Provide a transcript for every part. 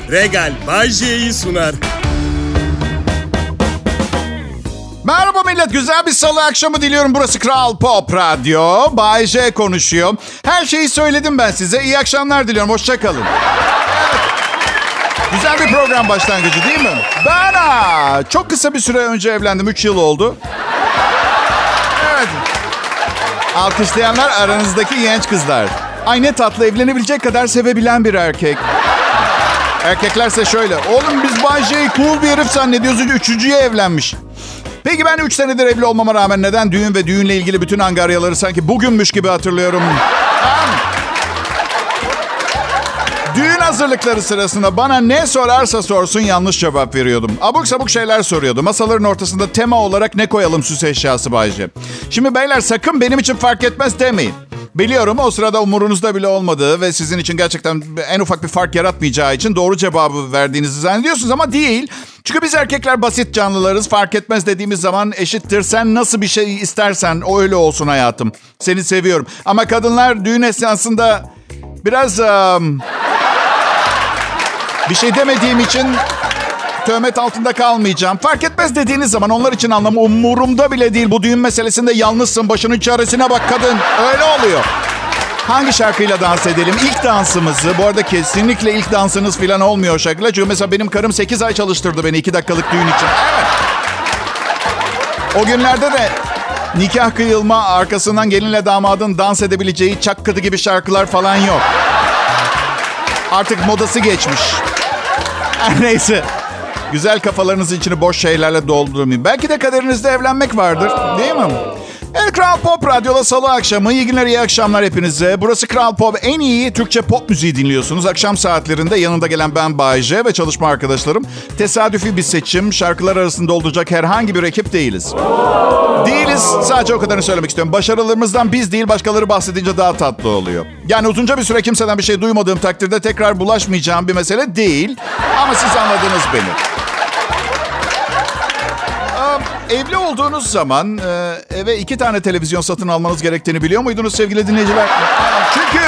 Regal Bay J'yi sunar. Merhaba millet, güzel bir salı akşamı diliyorum. Burası Kral Pop Radyo. Bay J konuşuyor. Her şeyi söyledim ben size. İyi akşamlar diliyorum. Hoşça kalın. Güzel bir program başlangıcı değil mi? Ben çok kısa bir süre önce evlendim. 3 yıl oldu. Evet. Alkışlayanlar aranızdaki genç kızlar. Ay ne tatlı, evlenebilecek kadar sevebilen bir erkek. Erkeklerse şöyle. Oğlum biz Bay J'yi cool bir herif zannediyoruz. 3.'ye evlenmiş. Peki ben 3 senedir evli olmama rağmen neden düğün ve düğünle ilgili bütün angaryaları sanki bugünmüş gibi hatırlıyorum? Düğün hazırlıkları sırasında bana ne sorarsa sorsun yanlış cevap veriyordum. Abuk sabuk şeyler soruyordu. Masaların ortasında tema olarak ne koyalım süs eşyası Bayce. Şimdi beyler sakın benim için fark etmez demeyin. Biliyorum o sırada umurunuzda bile olmadığı ve sizin için gerçekten en ufak bir fark yaratmayacağı için doğru cevabı verdiğinizi zannediyorsunuz ama değil. Çünkü biz erkekler basit canlılarız. Fark etmez dediğimiz zaman eşittir. Sen nasıl bir şey istersen o öyle olsun hayatım. Seni seviyorum. Ama kadınlar düğün esnasında biraz... bir şey demediğim için töhmet altında kalmayacağım. Fark etmez dediğiniz zaman onlar için anlamı umurumda bile değil. Bu düğün meselesinde yalnızsın, başının çaresine bak kadın. Öyle oluyor. Hangi şarkıyla dans edelim? İlk dansımızı, bu arada kesinlikle ilk dansınız falan olmuyor o şarkıyla. Çünkü mesela benim karım 8 ay çalıştırdı beni 2 dakikalık düğün için. Evet. O günlerde de nikah kıyılma, arkasından gelinle damadın dans edebileceği çakkıdı gibi şarkılar falan yok. Artık modası geçmiş. Neyse. Güzel kafalarınızın içini boş şeylerle doldurmayın. Belki de kaderinizde evlenmek vardır. Değil mi? Evet, Kral Pop Radyo'da salı akşamı. İyi günler, iyi akşamlar hepinize. Burası Kral Pop. En iyi Türkçe pop müziği dinliyorsunuz. Akşam saatlerinde yanında gelen ben Bay J ve çalışma arkadaşlarım. Tesadüfi bir seçim. Şarkılar arasında olacak herhangi bir ekip değiliz. Değiliz. Sadece o kadarını söylemek istiyorum. Başarılarımızdan biz değil, başkaları bahsedince daha tatlı oluyor. Yani uzunca bir süre kimseden bir şey duymadığım takdirde tekrar bulaşmayacağım bir mesele değil. Ama siz anladınız beni. Evli olduğunuz zaman eve 2 tane televizyon satın almanız gerektiğini biliyor muydunuz sevgili dinleyiciler? Çünkü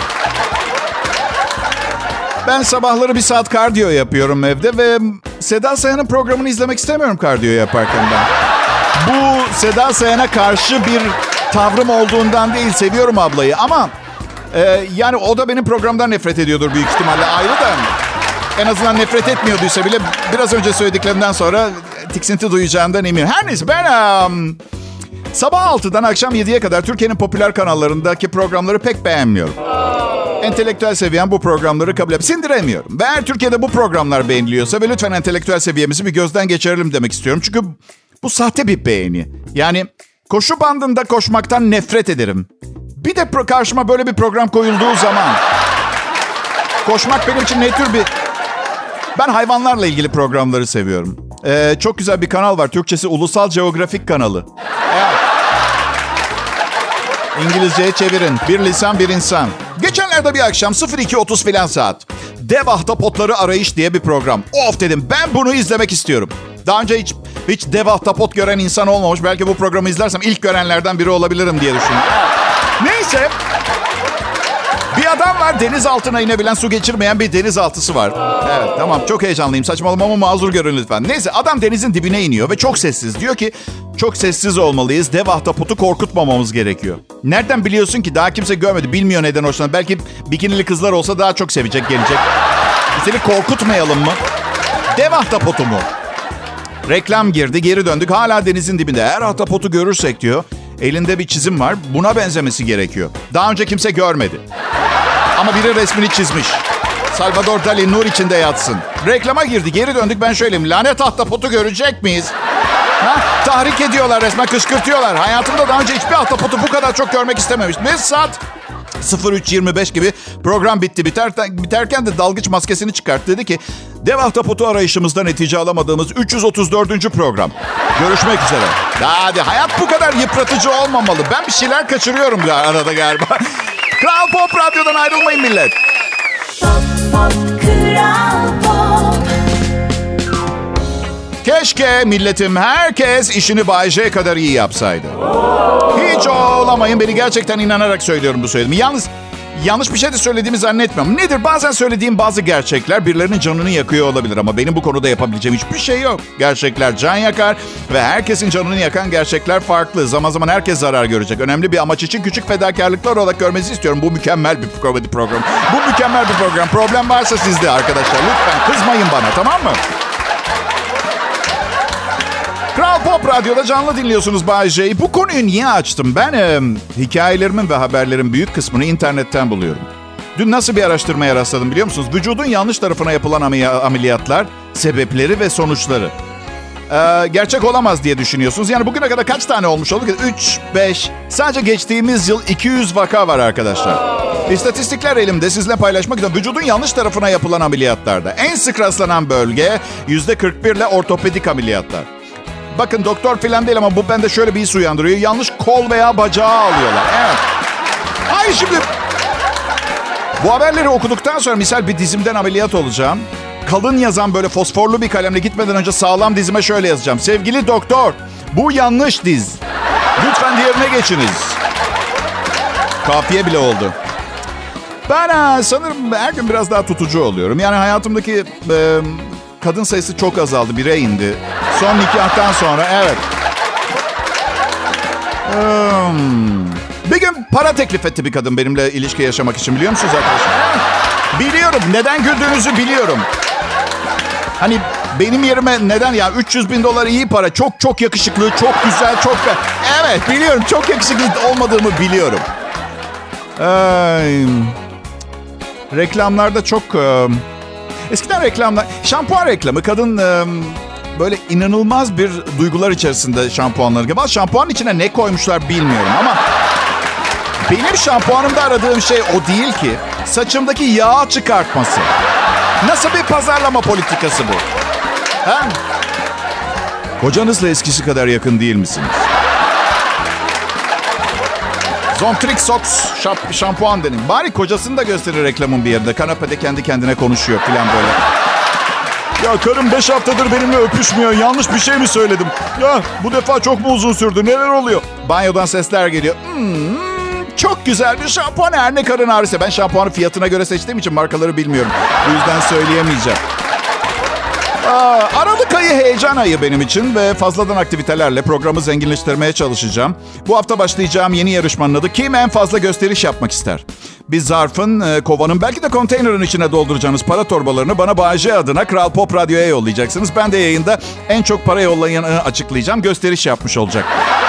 ben sabahları 1 saat kardiyo yapıyorum evde ve Seda Sayan'ın programını izlemek istemiyorum kardiyo yaparken ben. Bu Seda Sayan'a karşı bir tavrım olduğundan değil, seviyorum ablayı ama yani o da benim programdan nefret ediyordur büyük ihtimalle, ayrı da. En azından nefret etmiyorduysa bile biraz önce söylediklerimden sonra tiksinti duyacağından eminim. Her neyse ben sabah 6'dan akşam 7'ye kadar Türkiye'nin popüler kanallarındaki programları pek beğenmiyorum. Entelektüel seviyem bu programları kabul edip sindiremiyorum. Ve eğer Türkiye'de bu programlar beğeniliyorsa ve lütfen entelektüel seviyemizi bir gözden geçirelim demek istiyorum. Çünkü bu sahte bir beğeni. Yani koşu bandında koşmaktan nefret ederim. Bir de karşıma böyle bir program koyulduğu zaman koşmak benim için ne tür bir... Ben hayvanlarla ilgili programları seviyorum. Çok güzel bir kanal var. Türkçesi Ulusal Geografik kanalı. Evet. İngilizceye çevirin. Bir lisan bir insan. Geçenlerde bir akşam 02.30 filan saat. Dev ahtapotları arayış diye bir program. Of dedim, ben bunu izlemek istiyorum. Daha önce hiç dev ahtapot gören insan olmamış. Belki bu programı izlersem ilk görenlerden biri olabilirim diye düşündüm. Neyse. Bir adam var, deniz altına inebilen, su geçirmeyen bir denizaltısı var. Evet tamam, çok heyecanlıyım, saçmalamamı mazur görün lütfen. Neyse, adam denizin dibine iniyor ve çok sessiz. Diyor ki çok sessiz olmalıyız, dev ahtapotu korkutmamamız gerekiyor. Nereden biliyorsun ki, daha kimse görmedi, bilmiyor neden hoşlanır. Belki bikinili kızlar olsa daha çok sevecek, gelecek. Seni korkutmayalım mı? Dev ahtapotu mu? Reklam girdi, geri döndük, hala denizin dibinde. Eğer ahtapotu görürsek diyor, elinde bir çizim var, buna benzemesi gerekiyor. Daha önce kimse görmedi. Ama biri resmini çizmiş. Salvador Dali nur içinde yatsın. Reklama girdi, geri döndük, ben şöyleyim. Lanet ahtapotu görecek miyiz? Tahrik ediyorlar resmen, kışkırtıyorlar. Hayatımda daha önce hiçbir ahtapotu bu kadar çok görmek istememiştim. Ve saat 03.25 gibi program bitti. Biterken de dalgıç maskesini çıkarttı. Dedi ki dev ahtapotu arayışımızda netice alamadığımız 334. program. Görüşmek üzere. Hadi, hayat bu kadar yıpratıcı olmamalı. Ben bir şeyler kaçırıyorum arada galiba. Kral Pop Radyo'dan ayrılmayın millet. Pop, pop, Kral Pop. Keşke milletim, herkes işini Bay J kadar iyi yapsaydı. Hiç olamayın, beni gerçekten inanarak söylüyorum bu söylediğimi. yanlış bir şey de söylediğimi zannetmiyorum. Nedir? Bazen söylediğim bazı gerçekler birilerinin canını yakıyor olabilir ama benim bu konuda yapabileceğim hiçbir şey yok. Gerçekler can yakar ve herkesin canını yakan gerçekler farklı. Zaman zaman herkes zarar görecek. Önemli bir amaç için küçük fedakarlıklar olarak görmenizi istiyorum. Bu mükemmel bir komedi programı. Bu mükemmel bir program. Problem varsa sizde arkadaşlar. Lütfen kızmayın bana, tamam mı? Kral Pop Radyo'da canlı dinliyorsunuz Bay J. Bu konuyu niye açtım? Ben hikayelerimin ve haberlerin büyük kısmını internetten buluyorum. Dün nasıl bir araştırmaya rastladım biliyor musunuz? Vücudun yanlış tarafına yapılan ameliyatlar, sebepleri ve sonuçları. Gerçek olamaz diye düşünüyorsunuz. Yani bugüne kadar kaç tane olmuş oldu? 3, 5, sadece geçtiğimiz yıl 200 vaka var arkadaşlar. İstatistikler elimde, sizinle paylaşmak için. Vücudun yanlış tarafına yapılan ameliyatlarda en sık rastlanan bölge %41 ile ortopedik ameliyatlar. Bakın doktor falan değil ama bu bende şöyle bir his uyandırıyor. Yanlış kol veya bacağı alıyorlar. Evet. Hayır şimdi... Bu haberleri okuduktan sonra misal bir dizimden ameliyat olacağım. Kalın yazan böyle fosforlu bir kalemle gitmeden önce sağlam dizime şöyle yazacağım. Sevgili doktor, bu yanlış diz. Lütfen diğerine geçiniz. Kafiye bile oldu. Ben sanırım her gün biraz daha tutucu oluyorum. Yani hayatımdaki kadın sayısı çok azaldı. 1'e indi. Son nikahtan sonra evet. Bir gün para teklif etti bir kadın benimle ilişki yaşamak için, biliyor musunuz arkadaşlar? Biliyorum. Neden güldüğünüzü biliyorum. Hani benim yerime neden ya, $300,000 iyi para. Çok çok yakışıklı, çok güzel, çok... Evet biliyorum, çok yakışıklı olmadığımı biliyorum. Reklamlarda çok... Eskiden reklamlar... Şampuan reklamı kadın... Böyle inanılmaz bir duygular içerisinde şampuanları gibi. Şampuanın içine ne koymuşlar bilmiyorum ama... Benim şampuanımda aradığım şey o değil ki. Saçımdaki yağ çıkartması. Nasıl bir pazarlama politikası bu? Ha? Kocanızla eskisi kadar yakın değil misiniz? Zontrix şampuan dedim. Bari kocasını da gösterir reklamın bir yerinde. Kanepede kendi kendine konuşuyor falan böyle. Ya karım 5 haftadır benimle öpüşmüyor. Yanlış bir şey mi söyledim? Ya bu defa çok mu uzun sürdü? Neler oluyor? Banyodan sesler geliyor. Çok güzel bir şampuan, her ne karın ağrısı. Ben şampuanı fiyatına göre seçtiğim için markaları bilmiyorum. Bu yüzden söyleyemeyeceğim. Aralık ayı heyecan ayı benim için ve fazladan aktivitelerle programı zenginleştirmeye çalışacağım. Bu hafta başlayacağım yeni yarışmanın adı Kim en fazla gösteriş yapmak ister? Bir zarfın, kovanın, belki de konteynerin içine dolduracağınız para torbalarını bana Bay J adına Kral Pop Radyo'ya yollayacaksınız. Ben de yayında en çok para yollayanı açıklayacağım. Gösteriş yapmış olacak.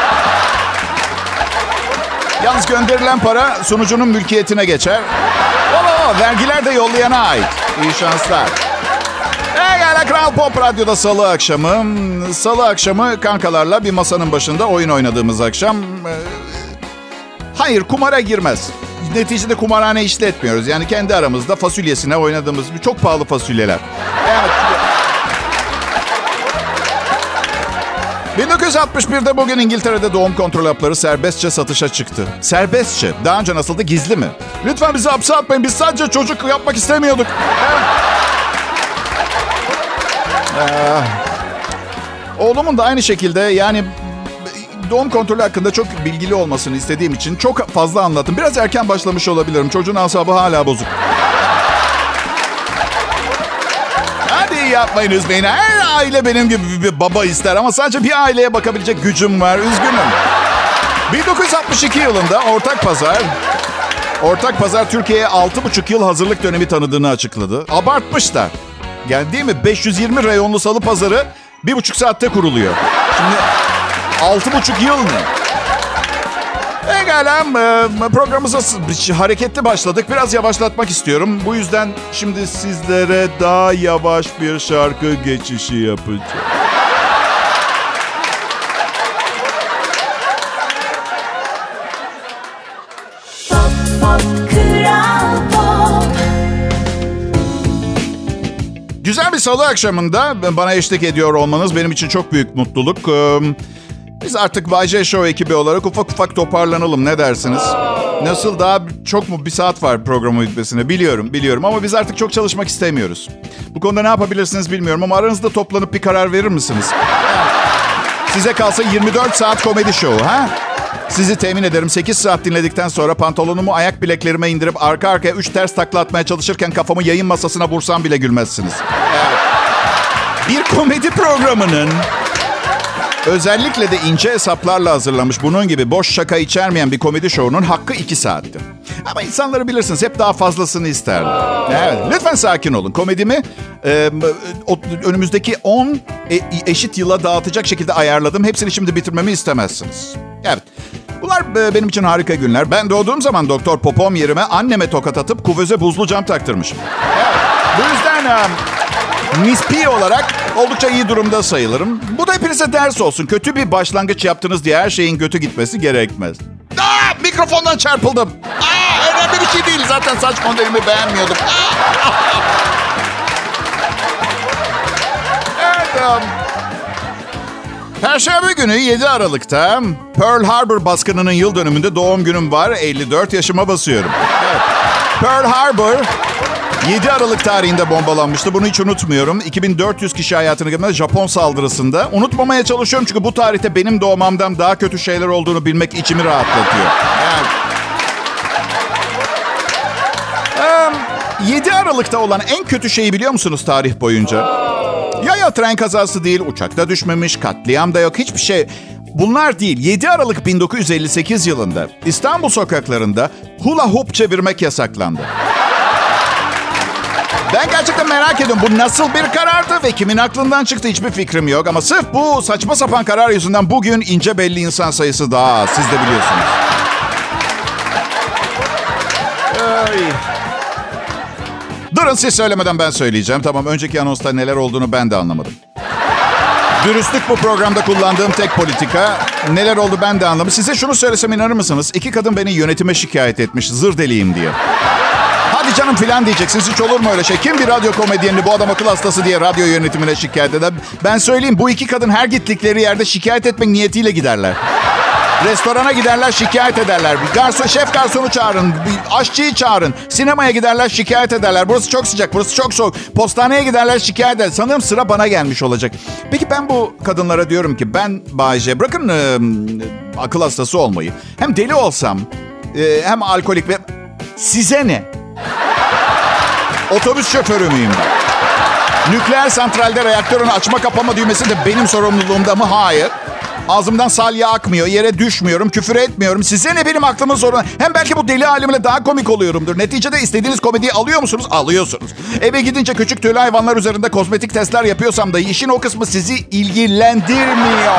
Yalnız gönderilen para sunucunun mülkiyetine geçer. Vergiler de yollayana ait. İyi şanslar. Kral Pop Radyo'da salı akşamı. Salı akşamı kankalarla bir masanın başında oyun oynadığımız akşam. Hayır, kumara girmez. Neticede kumarhane işletmiyoruz. Yani kendi aramızda fasulyesine oynadığımız çok pahalı fasulyeler. Evet. 1961'de bugün İngiltere'de doğum kontrol hapları serbestçe satışa çıktı. Serbestçe. Daha önce nasıldı? Gizli mi? Lütfen bizi hapse atmayın. Biz sadece çocuk yapmak istemiyorduk. Oğlumun da aynı şekilde, yani doğum kontrolü hakkında çok bilgili olmasını istediğim için çok fazla anlattım. Biraz erken başlamış olabilirim. Çocuğun asabı hala bozuk. Hadi yapmayınız beni. Her aile benim gibi bir baba ister ama sadece bir aileye bakabilecek gücüm var. Üzgünüm. 1962 yılında Ortak Pazar Türkiye'ye 6,5 yıl hazırlık dönemi tanıdığını açıkladı. Abartmışlar. Yani değil mi? 520 reyonlu salı pazarı 1,5 saatte kuruluyor. Şimdi 6,5 yıl ne? Pekala, programımıza hareketli başladık. Biraz yavaşlatmak istiyorum. Bu yüzden şimdi sizlere daha yavaş bir şarkı geçişi yapacağım. Güzel bir salı akşamında bana eşlik ediyor olmanız benim için çok büyük mutluluk. Biz artık Bay J Show ekibi olarak ufak ufak toparlanalım, ne dersiniz? Nasıl, daha çok mu? Bir saat var programın bitmesine. Biliyorum ama biz artık çok çalışmak istemiyoruz. Bu konuda ne yapabilirsiniz bilmiyorum ama aranızda toplanıp bir karar verir misiniz? Size kalsa 24 saat komedi show, ha? Sizi temin ederim 8 saat dinledikten sonra pantolonumu ayak bileklerime indirip arka arkaya 3 ters takla atmaya çalışırken kafamı yayın masasına vursam bile gülmezsiniz. Evet. Bir komedi programının özellikle de ince hesaplarla hazırlanmış bunun gibi boş şaka içermeyen bir komedi şovunun hakkı 2 saatti. Ama insanları bilirsiniz hep daha fazlasını isterler. Evet, lütfen sakin olun. Komedimi önümüzdeki 10 eşit yıla dağıtacak şekilde ayarladım. Hepsini şimdi bitirmemi istemezsiniz. Evet. Bunlar benim için harika günler. Ben doğduğum zaman Doktor Popom yerime anneme tokat atıp kuvöze buzlu cam taktırmışım. Evet. Bu yüzden nispi olarak oldukça iyi durumda sayılırım. Bu da hepinize ders olsun. Kötü bir başlangıç yaptınız diye her şeyin kötü gitmesi gerekmez. Mikrofondan çarpıldım. Önemli bir şey değil. Zaten saç modelimi beğenmiyordum. Evet. Perşembe günü 7 Aralık'ta Pearl Harbor baskınının yıl dönümünde doğum günüm var. 54 yaşıma basıyorum. Evet. Pearl Harbor 7 Aralık tarihinde bombalanmıştı. Bunu hiç unutmuyorum. 2400 kişi hayatını kaybeden Japon saldırısında. Unutmamaya çalışıyorum çünkü bu tarihte benim doğmamdan daha kötü şeyler olduğunu bilmek içimi rahatlatıyor. Yani. 7 Aralık'ta olan en kötü şeyi biliyor musunuz tarih boyunca? Ya tren kazası değil, uçakta düşmemiş, katliam da yok, hiçbir şey. Bunlar değil. 7 Aralık 1958 yılında İstanbul sokaklarında hula hoop çevirmek yasaklandı. Ben gerçekten merak ediyorum. Bu nasıl bir karardı ve kimin aklından çıktı hiçbir fikrim yok. Ama sırf bu saçma sapan karar yüzünden bugün ince belli insan sayısı daha az. Siz de biliyorsunuz. Ay. Durun siz söylemeden ben söyleyeceğim. Tamam, önceki anonsta neler olduğunu ben de anlamadım. Dürüstlük bu programda kullandığım tek politika. Neler oldu ben de anlamadım. Size şunu söylesem inanır mısınız? 2 kadın beni yönetime şikayet etmiş. Zır deliyim diye. Hadi canım filan diyeceksiniz. Hiç olur mu öyle şey? Kim bir radyo komedyenini bu adam akıl hastası diye radyo yönetimine şikayet eder? Ben söyleyeyim, bu 2 kadın her gittikleri yerde şikayet etmek niyetiyle giderler. Restorana giderler, şikayet ederler. Bir garson, şef garsonu çağırın, bir aşçıyı çağırın. Sinemaya giderler, şikayet ederler. Burası çok sıcak, burası çok soğuk. Postaneye giderler, şikayet ederler. Sanırım sıra bana gelmiş olacak. Peki ben bu kadınlara diyorum ki ben Bay J, bırakın akıl hastası olmayı. Hem deli olsam, hem alkolik ve size ne? Otobüs şoförü müyüm ben? Nükleer santralde reaktörün açma kapama düğmesi de benim sorumluluğumda mı? Hayır. Ağzımdan salya akmıyor, yere düşmüyorum, küfür etmiyorum. Size ne benim aklımın sorunu? Hem belki bu deli halimle daha komik oluyorumdur. Neticede istediğiniz komediyi alıyor musunuz? Alıyorsunuz. Eve gidince küçük tüylü hayvanlar üzerinde kozmetik testler yapıyorsam da işin o kısmı sizi ilgilendirmiyor.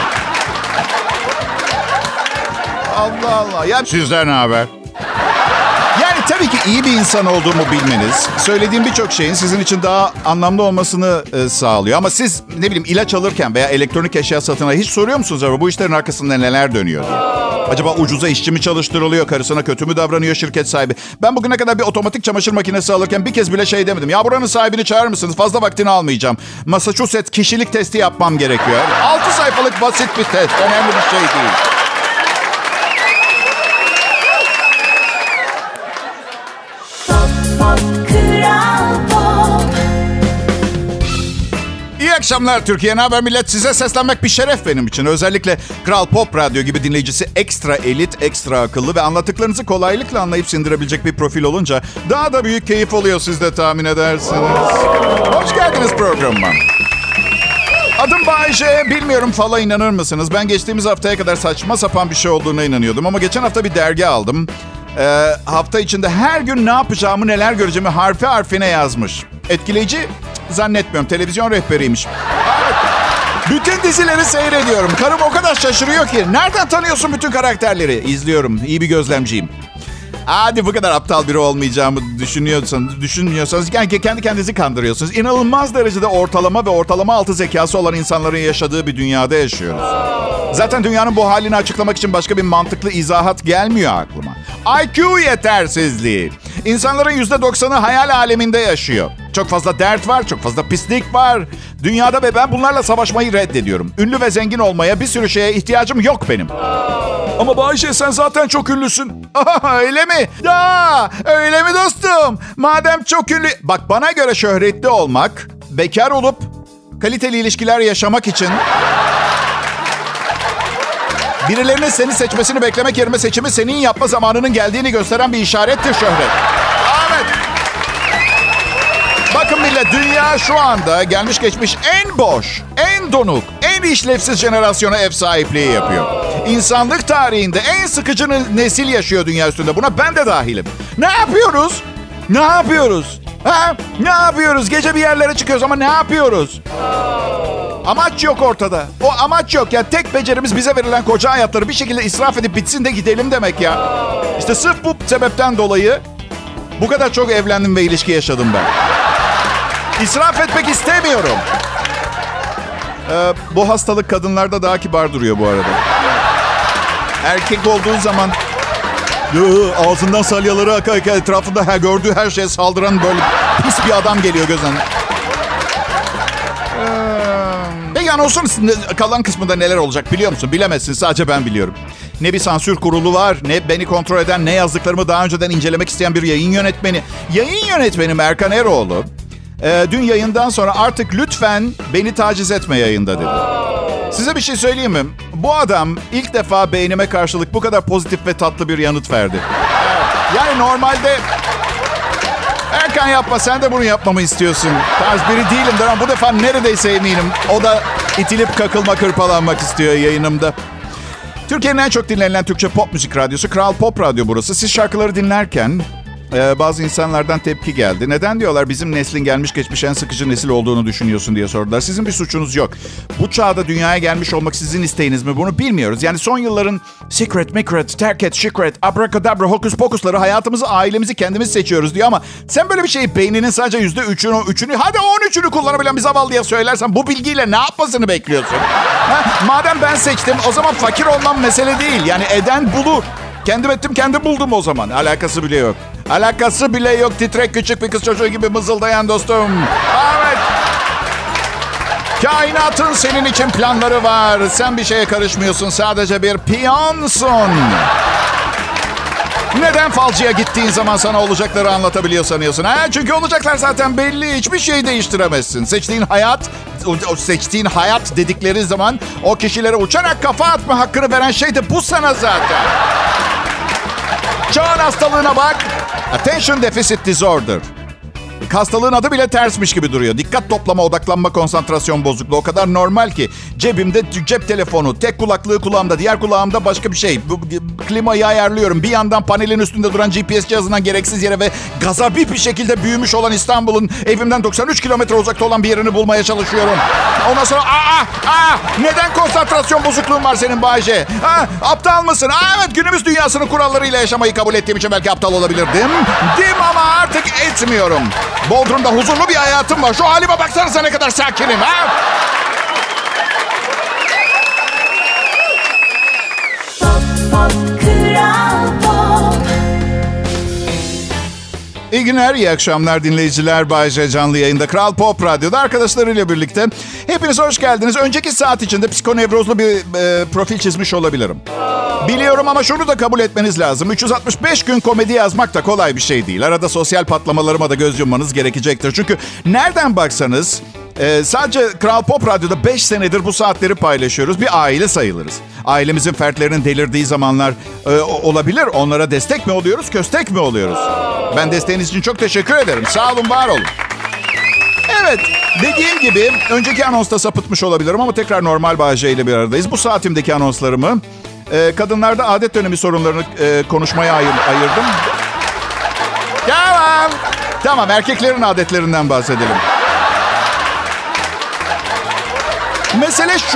Allah Allah. Ya sizden ne haber? Yani tabii ki iyi bir insan olduğumu bilmeniz, söylediğim birçok şeyin sizin için daha anlamlı olmasını sağlıyor. Ama siz ne bileyim ilaç alırken veya elektronik eşya satın hiç soruyor musunuz acaba bu işlerin arkasında neler dönüyor diye? Acaba ucuza işçi mi çalıştırılıyor, karısına kötü mü davranıyor şirket sahibi? Ben bugüne kadar bir otomatik çamaşır makinesi alırken bir kez bile şey demedim. Ya buranın sahibini çağırır mısınız? Fazla vaktini almayacağım. Massachusetts kişilik testi yapmam gerekiyor. 6 sayfalık basit bir test. Önemli bir şey değil. İyi akşamlar Türkiye. Ne haber millet? Size seslenmek bir şeref benim için. Özellikle Kral Pop Radyo gibi dinleyicisi ekstra elit, ekstra akıllı ve anlattıklarınızı kolaylıkla anlayıp sindirebilecek bir profil olunca daha da büyük keyif oluyor, siz de tahmin edersiniz. Hoş geldiniz programıma. Adım Bay J. Bilmiyorum fala inanır mısınız? Ben geçtiğimiz haftaya kadar saçma sapan bir şey olduğuna inanıyordum. Ama geçen hafta bir dergi aldım. Hafta içinde her gün ne yapacağımı, neler göreceğimi harfi harfine yazmış. Etkileyici? Zannetmiyorum. Televizyon rehberiymiş. Evet. Bütün dizileri seyrediyorum. Karım o kadar şaşırıyor ki. Nereden tanıyorsun bütün karakterleri? İzliyorum. İyi bir gözlemciyim. Hadi bu kadar aptal biri olmayacağımı düşünmüyorsanız yani kendi kendinizi kandırıyorsunuz. İnanılmaz derecede ortalama ve ortalama altı zekası olan insanların yaşadığı bir dünyada yaşıyoruz. Zaten dünyanın bu halini açıklamak için başka bir mantıklı izahat gelmiyor aklıma. IQ yetersizliği. İnsanların %90'ı hayal aleminde yaşıyor. Çok fazla dert var, çok fazla pislik var dünyada ve ben bunlarla savaşmayı reddediyorum. Ünlü ve zengin olmaya, bir sürü şeye ihtiyacım yok benim. Ama Bayşe sen zaten çok ünlüsün. Öyle mi? Ya öyle mi dostum? Madem çok ünlü... Bak bana göre şöhretli olmak, bekar olup kaliteli ilişkiler yaşamak için Birilerinin seni seçmesini beklemek yerine seçimi senin yapma zamanının geldiğini gösteren bir işarettir şöhret. Evet. Bakın millet, dünya şu anda gelmiş geçmiş en boş, en donuk, en işlevsiz jenerasyona ev sahipliği yapıyor. İnsanlık tarihinde en sıkıcı nesil yaşıyor dünya üstünde. Buna ben de dahilim. Ne yapıyoruz? Ne yapıyoruz? Ha? Ne yapıyoruz? Gece bir yerlere çıkıyoruz ama ne yapıyoruz? Amaç yok ortada. O amaç yok. Ya tek becerimiz bize verilen koca hayatları bir şekilde israf edip bitsin de gidelim demek ya. İşte sırf bu sebepten dolayı bu kadar çok evlendim ve ilişki yaşadım ben. İsraf etmek istemiyorum. Bu hastalık kadınlarda daha kibar duruyor bu arada. Erkek olduğu zaman ağzından salyaları aka etrafında gördüğü her şeye saldıran böyle pis bir adam geliyor gözüne. Peki anonsun kalan kısmında neler olacak biliyor musun? Bilemezsin, sadece ben biliyorum. Ne bir sansür kurulu var, ne beni kontrol eden, ne yazdıklarımı daha önceden incelemek isteyen bir yayın yönetmeni. Yayın yönetmenim Erkan Eroğlu dün yayından sonra artık lütfen beni taciz etme yayında dedi. Size bir şey söyleyeyim mi? Bu adam ilk defa beynime karşılık bu kadar pozitif ve tatlı bir yanıt verdi. Yani normalde Erkan yapma, sen de bunu yapmamı istiyorsun tarz biri değilimdir ama bu defa neredeyse eminim o da itilip kakılmak, hırpalanmak istiyor yayınımda. Türkiye'nin en çok dinlenilen Türkçe pop müzik radyosu Kral Pop Radyo burası. Siz şarkıları dinlerken bazı insanlardan tepki geldi. Neden diyorlar bizim neslin gelmiş geçmiş en sıkıcı nesil olduğunu düşünüyorsun diye sordular. Sizin bir suçunuz yok. Bu çağda dünyaya gelmiş olmak sizin isteğiniz mi bunu bilmiyoruz. Yani son yılların secret, terk et, secret, abracadabra, hokus pokusları hayatımızı, ailemizi kendimiz seçiyoruz diyor ama sen böyle bir şeyi beyninin sadece %3'ünü hadi 13'ünü kullanabilen bir zavallıya söylersen bu bilgiyle ne yapmasını bekliyorsun? Ha? Madem ben seçtim o zaman fakir olmam mesele değil. Yani eden bulur. Kendim ettim, kendim buldum o zaman. Alakası bile yok. Alakası bile yok. Titrek küçük bir kız çocuğu gibi mızıldayan dostum. Evet. Kainatın senin için planları var. Sen bir şeye karışmıyorsun. Sadece bir piyonsun. Neden falcıya gittiğin zaman sana olacakları anlatabiliyor sanıyorsun? Ha? Çünkü olacaklar zaten belli. Hiçbir şey değiştiremezsin. Seçtiğin hayat dedikleri zaman o kişilere uçarak kafa atma hakkını veren şey de bu sana zaten. Çağın hastalığına bak. Attention Deficit Disorder. Hastalığın adı bile tersmiş gibi duruyor. Dikkat toplama, odaklanma, konsantrasyon bozukluğu. O kadar normal ki. Cebimde cep telefonu, tek kulaklığı kulağımda, diğer kulağımda başka bir şey. Klimayı ayarlıyorum. Bir yandan panelin üstünde duran GPS cihazından gereksiz yere ve gazabi bir şekilde büyümüş olan İstanbul'un evimden 93 kilometre uzakta olan bir yerini bulmaya çalışıyorum. Ondan sonra neden konsantrasyon bozukluğun var senin Bayce? Aptal mısın? Evet, günümüz dünyasının kurallarıyla yaşamayı kabul ettiğim için belki aptal olabilirdim. Ama artık etmiyorum. Bodrum'da huzurlu bir hayatım var. Şu halime baksanıza ne kadar sakinim. Ha? İyi günler, iyi akşamlar dinleyiciler. Bay J canlı yayında Kral Pop Radyo'da arkadaşlarıyla birlikte. Hepiniz hoş geldiniz. Önceki saat içinde psikonevrozlu bir profil çizmiş olabilirim. Biliyorum ama şunu da kabul etmeniz lazım. 365 gün komedi yazmak da kolay bir şey değil. Arada sosyal patlamalarıma da göz yummanız gerekecektir. Çünkü nereden baksanız sadece Kral Pop Radyo'da 5 senedir bu saatleri paylaşıyoruz. Bir aile sayılırız. Ailemizin fertlerinin delirdiği zamanlar olabilir. Onlara destek mi oluyoruz, köstek mi oluyoruz? Ben desteğiniz için çok teşekkür ederim. Sağ olun, var olun. Evet, dediğim gibi önceki anonsta sapıtmış olabilirim ama tekrar normal Bahçe ile bir aradayız. Bu saatimdeki anonslarımı kadınlarda adet dönemi sorunlarını konuşmaya ayırdım. Tamam, erkeklerin adetlerinden bahsedelim. Mesele şu.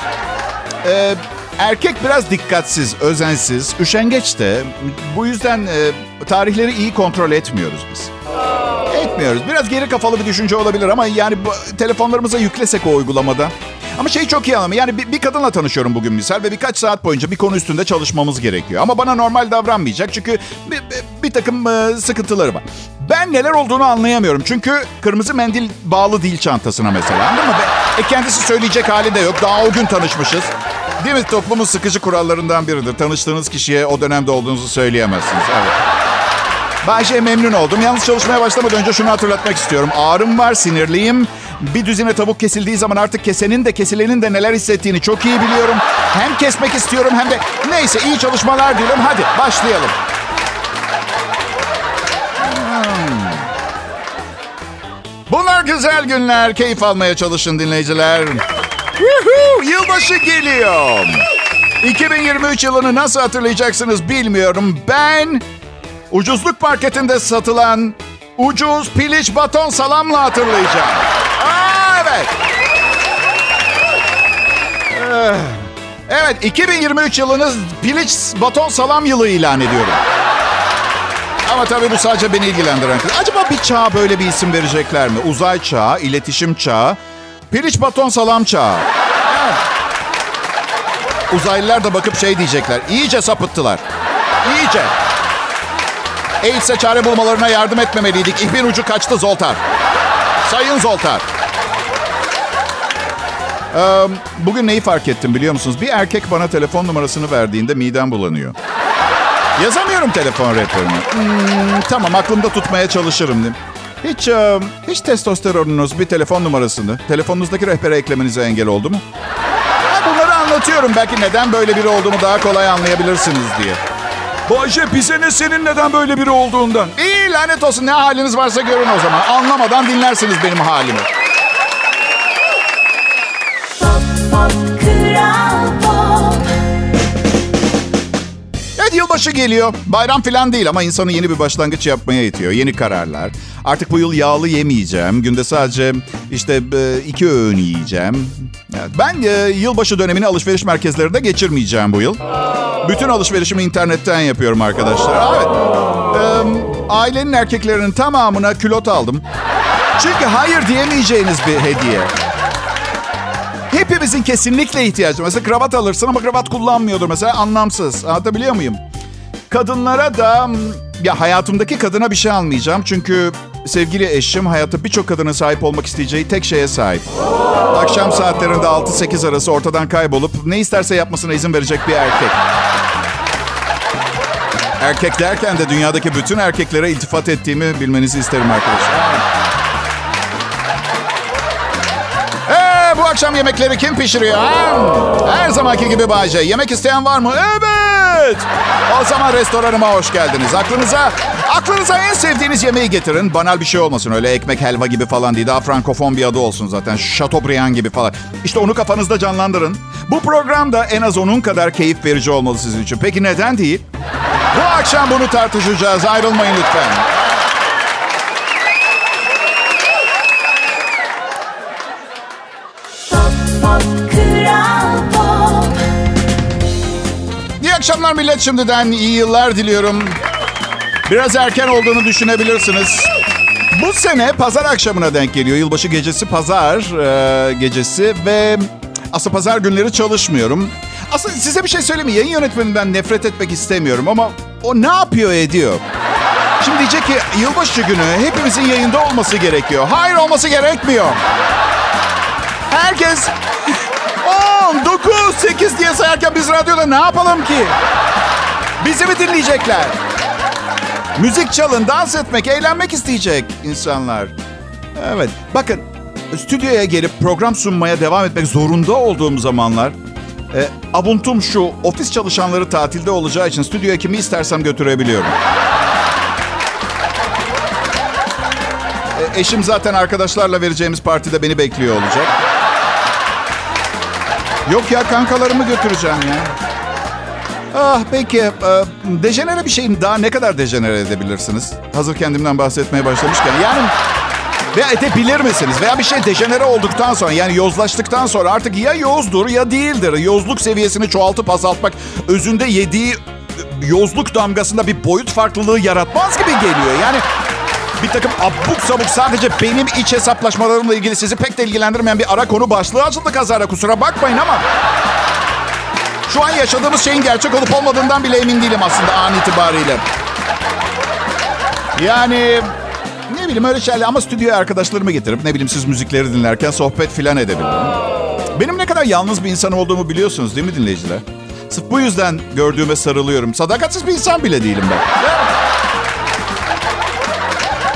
Erkek biraz dikkatsiz, özensiz, üşengeç de. Bu yüzden tarihleri iyi kontrol etmiyoruz biz. Etmiyoruz. Biraz geri kafalı bir düşünce olabilir ama yani telefonlarımıza yüklesek o uygulamada. Ama şeyi çok iyi anlamıyorum. Yani bir kadınla tanışıyorum bugün misal ve birkaç saat boyunca bir konu üstünde çalışmamız gerekiyor. Ama bana normal davranmayacak çünkü bir takım sıkıntıları var. Ben neler olduğunu anlayamıyorum. Çünkü kırmızı mendil bağlı değil çantasına mesela. Anladın mı? Kendisi söyleyecek hali de yok. Daha o gün tanışmışız. Değil mi? Toplumun sıkıcı kurallarından biridir. Tanıştığınız kişiye o dönemde olduğunuzu söyleyemezsiniz. Evet. Bay J, memnun oldum. Yalnız çalışmaya başlamadan önce şunu hatırlatmak istiyorum. Ağrım var, sinirliyim. Bir düzine tavuk kesildiği zaman artık kesenin de kesilenin de neler hissettiğini çok iyi biliyorum. Hem kesmek istiyorum hem de... Neyse, iyi çalışmalar dilerim. Hadi başlayalım. Bunlar güzel günler. Keyif almaya çalışın dinleyiciler. Yılbaşı geliyor. 2023 yılını nasıl hatırlayacaksınız bilmiyorum. Ben ucuzluk marketinde satılan ucuz piliç baton salamla hatırlayacağım. Evet. Evet, 2023 yılını piliç baton salam yılı ilan ediyorum. Ama tabii bu sadece beni ilgilendiren. Acaba bir çağa böyle bir isim verecekler mi? Uzay çağı, iletişim çağı, piliç baton salam çağı. Evet. Uzaylılar da bakıp şey diyecekler. İyice sapıttılar. İyice. AIDS'e çare bulmalarına yardım etmemeliydik. İpin ucu kaçtı Zoltar. Sayın Zoltar. Bugün neyi fark ettim biliyor musunuz? Bir erkek bana telefon numarasını verdiğinde midem bulanıyor. Yazamıyorum telefon rehberini. Tamam, aklımda tutmaya çalışırım. Hiç testosteronunuz bir telefon numarasını telefonunuzdaki rehbere eklemenize engel oldu mu? Bunları anlatıyorum. Belki neden böyle biri olduğumu daha kolay anlayabilirsiniz diye. Bayşe, bize ne senin neden böyle biri olduğundan? İyi, lanet olsun, ne haliniz varsa görün o zaman. Anlamadan dinlersiniz benim halimi. Evet, yılbaşı geliyor. Bayram falan değil ama insanı yeni bir başlangıç yapmaya itiyor. Yeni kararlar. Artık bu yıl yağlı yemeyeceğim. Günde sadece 2 öğün yiyeceğim. Evet, ben yılbaşı dönemini alışveriş merkezlerinde geçirmeyeceğim bu yıl. Bütün alışverişimi internetten yapıyorum arkadaşlar. Evet. Ailenin erkeklerinin tamamına külot aldım. Çünkü hayır diyemeyeceğiniz bir hediye. Hepimizin kesinlikle ihtiyacı. Mesela kravat alırsın ama kravat kullanmıyordur mesela, anlamsız. Anlatabiliyor muyum? Kadınlara da ya hayatımdaki kadına bir şey almayacağım. Çünkü sevgili eşim hayatta birçok kadının sahip olmak isteyeceği tek şeye sahip. Akşam saatlerinde 6-8 arası ortadan kaybolup ne isterse yapmasına izin verecek bir erkek. Erkek derken de dünyadaki bütün erkeklere iltifat ettiğimi bilmenizi isterim arkadaşlar. Bu akşam yemekleri kim pişiriyor? Her zamanki gibi Bayce. Yemek isteyen var mı? Evet. O zaman restoranıma hoş geldiniz. Aklınıza en sevdiğiniz yemeği getirin. Banal bir şey olmasın. Öyle ekmek helva gibi falan değil. Daha frankofon bir adı olsun zaten. Chateaubriand gibi falan. İşte onu kafanızda canlandırın. Bu program da en az onun kadar keyif verici olmalı sizin için. Peki neden değil? Bu akşam bunu tartışacağız. Ayrılmayın lütfen. İyi akşamlar millet, şimdiden iyi yıllar diliyorum. Biraz erken olduğunu düşünebilirsiniz. Bu sene pazar akşamına denk geliyor. Yılbaşı gecesi pazar gecesi ve aslında pazar günleri çalışmıyorum. Aslında size bir şey söyleyeyim mi? Yayın yönetmeninden nefret etmek istemiyorum ama o ne yapıyor ediyor. Şimdi diyecek ki yılbaşı günü hepimizin yayında olması gerekiyor. Hayır, olması gerekmiyor. Herkes 10, 9, 8 diye sayarken biz radyoda ne yapalım ki? Bizi mi dinleyecekler? Müzik çalın, dans etmek, eğlenmek isteyecek insanlar. Evet, bakın stüdyoya gelip program sunmaya devam etmek zorunda olduğum zamanlar... abuntum şu, ofis çalışanları tatilde olacağı için stüdyoya kimi istersem götürebiliyorum. Eşim zaten arkadaşlarla vereceğimiz partide beni bekliyor olacak. Yok ya, kankalarımı götüreceğim ya. Peki, dejenere bir şeyin daha ne kadar dejenere edebilirsiniz? Hazır kendimden bahsetmeye başlamışken. Yani veya edebilir misiniz? Veya bir şey dejenere olduktan sonra, yani yozlaştıktan sonra artık ya yozdur ya değildir. Yozluk seviyesini çoğaltıp azaltmak özünde yediği yozluk damgasında bir boyut farklılığı yaratmaz gibi geliyor. Yani bir takım abuk sabuk sadece benim iç hesaplaşmalarımla ilgili sizi pek de ilgilendirmeyen bir ara konu başlığı açıldı kazara, kusura bakmayın ama... Şu an yaşadığımız şeyin gerçek olup olmadığından bile emin değilim aslında an itibariyle. Yani ne bileyim öyle şeyler, ama stüdyoya arkadaşlarımı getirip ne bileyim siz müzikleri dinlerken sohbet filan edebilirim. Benim ne kadar yalnız bir insan olduğumu biliyorsunuz değil mi dinleyiciler? Sırf bu yüzden gördüğüme sarılıyorum. Sadakatsiz bir insan bile değilim ben.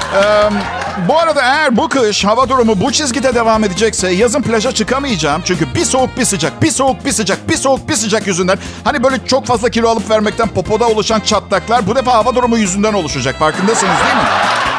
Bu arada eğer bu kış hava durumu bu çizgide devam edecekse yazın plaja çıkamayacağım. Çünkü bir soğuk bir sıcak, bir soğuk bir sıcak, bir soğuk bir sıcak yüzünden. Hani böyle çok fazla kilo alıp vermekten popoda oluşan çatlaklar bu defa hava durumu yüzünden oluşacak. Farkındasınız değil mi?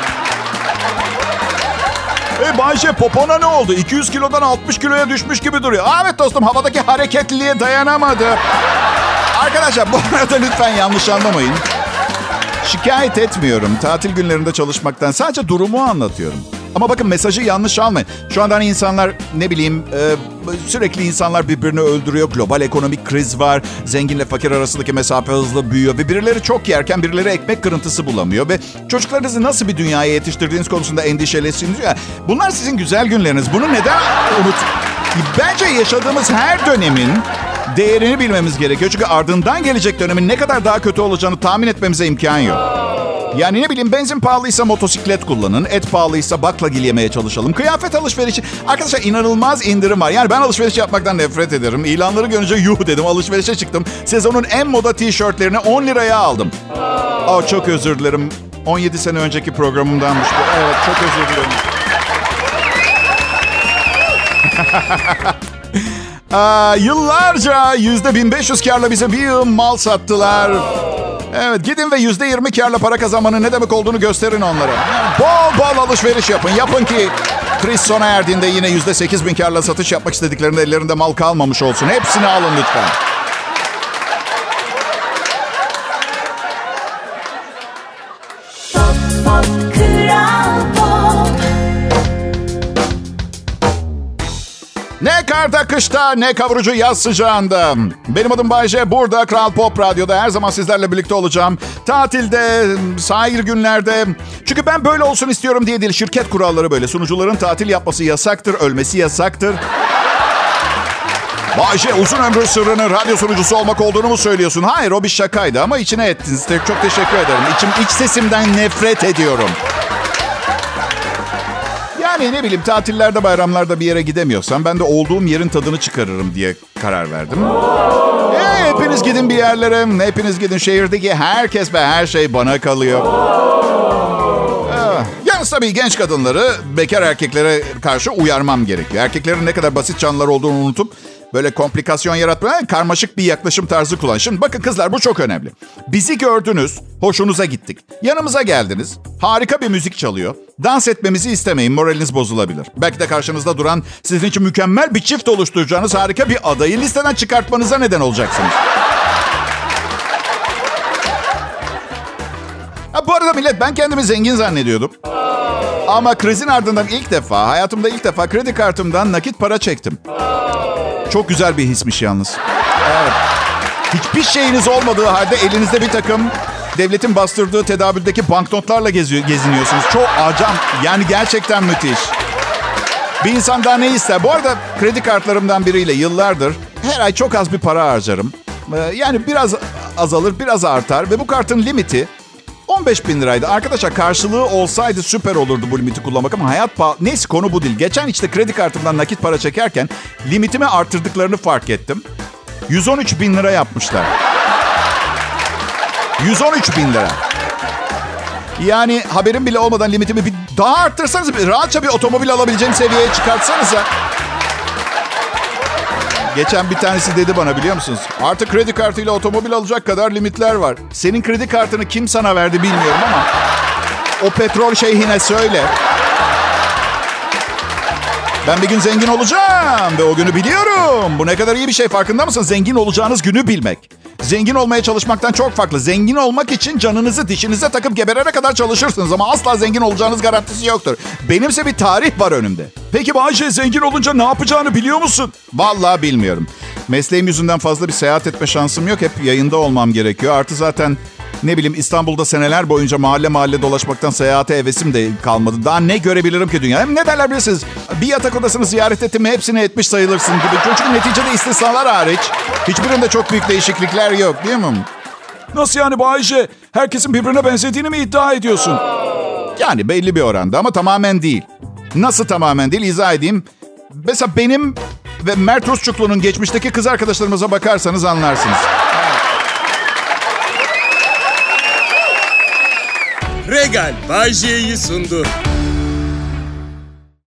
Bayşe popona ne oldu? 200 kilodan 60 kiloya düşmüş gibi duruyor. Evet dostum, havadaki hareketliliğe dayanamadı. Arkadaşlar bu arada lütfen yanlış anlamayın. Şikayet etmiyorum. Tatil günlerinde çalışmaktan sadece durumu anlatıyorum. Ama bakın mesajı yanlış almayın. Şu anda hani insanlar sürekli insanlar birbirini öldürüyor. Global ekonomik kriz var. Zenginle fakir arasındaki mesafe hızla büyüyor. Ve birileri çok yerken birileri ekmek kırıntısı bulamıyor. Ve çocuklarınızı nasıl bir dünyaya yetiştirdiğiniz konusunda endişelisiniz. Bunlar sizin güzel günleriniz. Bunu neden Bence yaşadığımız her dönemin değerini bilmemiz gerekiyor. Çünkü ardından gelecek dönemin ne kadar daha kötü olacağını tahmin etmemize imkan yok. Yani ne bileyim, benzin pahalıysa motosiklet kullanın. Et pahalıysa baklagil yemeye çalışalım. Kıyafet alışverişi. Arkadaşlar inanılmaz indirim var. Yani ben alışveriş yapmaktan nefret ederim. İlanları görünce yuh dedim, alışverişe çıktım. Sezonun en moda tişörtlerini 10 liraya aldım. Çok özür dilerim. 17 sene önceki programımdanmış bu. Evet, çok özür dilerim. Yıllarca %1500 karla bize bir yığın mal sattılar. Evet, gidin ve %20 karla para kazanmanın ne demek olduğunu gösterin onlara. Bol bol alışveriş yapın. Yapın ki kriz sona erdiğinde yine %8000 karla satış yapmak istediklerinde ellerinde mal kalmamış olsun. Hepsini alın lütfen. Ne karda kışta, ne kavurucu yaz sıcağında. Benim adım Bayce. Burada Kral Pop Radyo'da her zaman sizlerle birlikte olacağım. Tatilde, sahil günlerde. Çünkü ben böyle olsun istiyorum diye değil. Şirket kuralları böyle. Sunucuların tatil yapması yasaktır, ölmesi yasaktır. Bayce, uzun ömrü sırrının radyo sunucusu olmak olduğunu mu söylüyorsun? Hayır, o bir şakaydı ama içine ettiniz. Çok teşekkür ederim. İç sesimden nefret ediyorum. Yani ne bileyim, tatillerde, bayramlarda bir yere gidemiyorsam ben de olduğum yerin tadını çıkarırım diye karar verdim. Hepiniz gidin bir yerlere, hepiniz gidin. Şehirdeki herkes ve her şey bana kalıyor. Yalnız tabii genç kadınları bekar erkeklere karşı uyarmam gerekiyor. Erkeklerin ne kadar basit canlılar olduğunu unutup böyle komplikasyon yaratmayan karmaşık bir yaklaşım tarzı kullan. Şimdi bakın kızlar, bu çok önemli. Bizi gördünüz, hoşunuza gittik. Yanımıza geldiniz, harika bir müzik çalıyor. Dans etmemizi istemeyin, moraliniz bozulabilir. Belki de karşınızda duran, sizin için mükemmel bir çift oluşturacağınız harika bir adayı listeden çıkartmanıza neden olacaksınız. Bu arada millet, ben kendimi zengin zannediyordum. Ama krizin ardından hayatımda ilk defa kredi kartımdan nakit para çektim. Çok güzel bir hismiş yalnız. Evet. Hiçbir şeyiniz olmadığı halde elinizde bir takım devletin bastırdığı tedavüldeki banknotlarla geziniyorsunuz. Çok acayip. Yani gerçekten müthiş. Bir insan daha ne ister? Bu arada kredi kartlarımdan biriyle yıllardır her ay çok az bir para harcarım. Yani biraz azalır, biraz artar. Ve bu kartın limiti 15.000 liraydı. Arkadaşlar, karşılığı olsaydı süper olurdu bu limiti kullanmak ama hayat pahalı. Neyse, konu bu değil. Geçen işte kredi kartımdan nakit para çekerken limitimi arttırdıklarını fark ettim. 113.000 lira yapmışlar. 113.000 lira. Yani haberim bile olmadan limitimi bir daha arttırsanız, rahatça bir otomobil alabileceğim seviyeye çıkartsanıza. Geçen bir tanesi dedi bana, biliyor musunuz? Artık kredi kartıyla otomobil alacak kadar limitler var. Senin kredi kartını kim sana verdi bilmiyorum ama o petrol şeyhine söyle. Ben bir gün zengin olacağım ve o günü biliyorum. Bu ne kadar iyi bir şey, farkında mısın? Zengin olacağınız günü bilmek. Zengin olmaya çalışmaktan çok farklı. Zengin olmak için canınızı dişinize takıp geberene kadar çalışırsınız ama asla zengin olacağınız garantisi yoktur. Benimse bir tarih var önümde. Peki Bayce, zengin olunca ne yapacağını biliyor musun? Vallahi bilmiyorum. Mesleğim yüzünden fazla bir seyahat etme şansım yok. Hep yayında olmam gerekiyor. Artı zaten ne bileyim, İstanbul'da seneler boyunca mahalle mahalle dolaşmaktan seyahate hevesim de kalmadı. Daha ne görebilirim ki dünya? Hem ne derler bilirsiniz? Bir yatak odasını ziyaret ettim mi hepsini etmiş sayılırsın gibi. Çünkü neticede istisnalar hariç hiçbirinde çok büyük değişiklikler yok, değil mi? Nasıl yani Bayce? Herkesin birbirine benzediğini mi iddia ediyorsun? Yani belli bir oranda ama tamamen değil. Nasıl tamamen değil? İzah edeyim. Mesela benim ve Mert Rusçuklu'nun geçmişteki kız arkadaşlarımıza bakarsanız anlarsınız. Regal Bay J'yi sundu.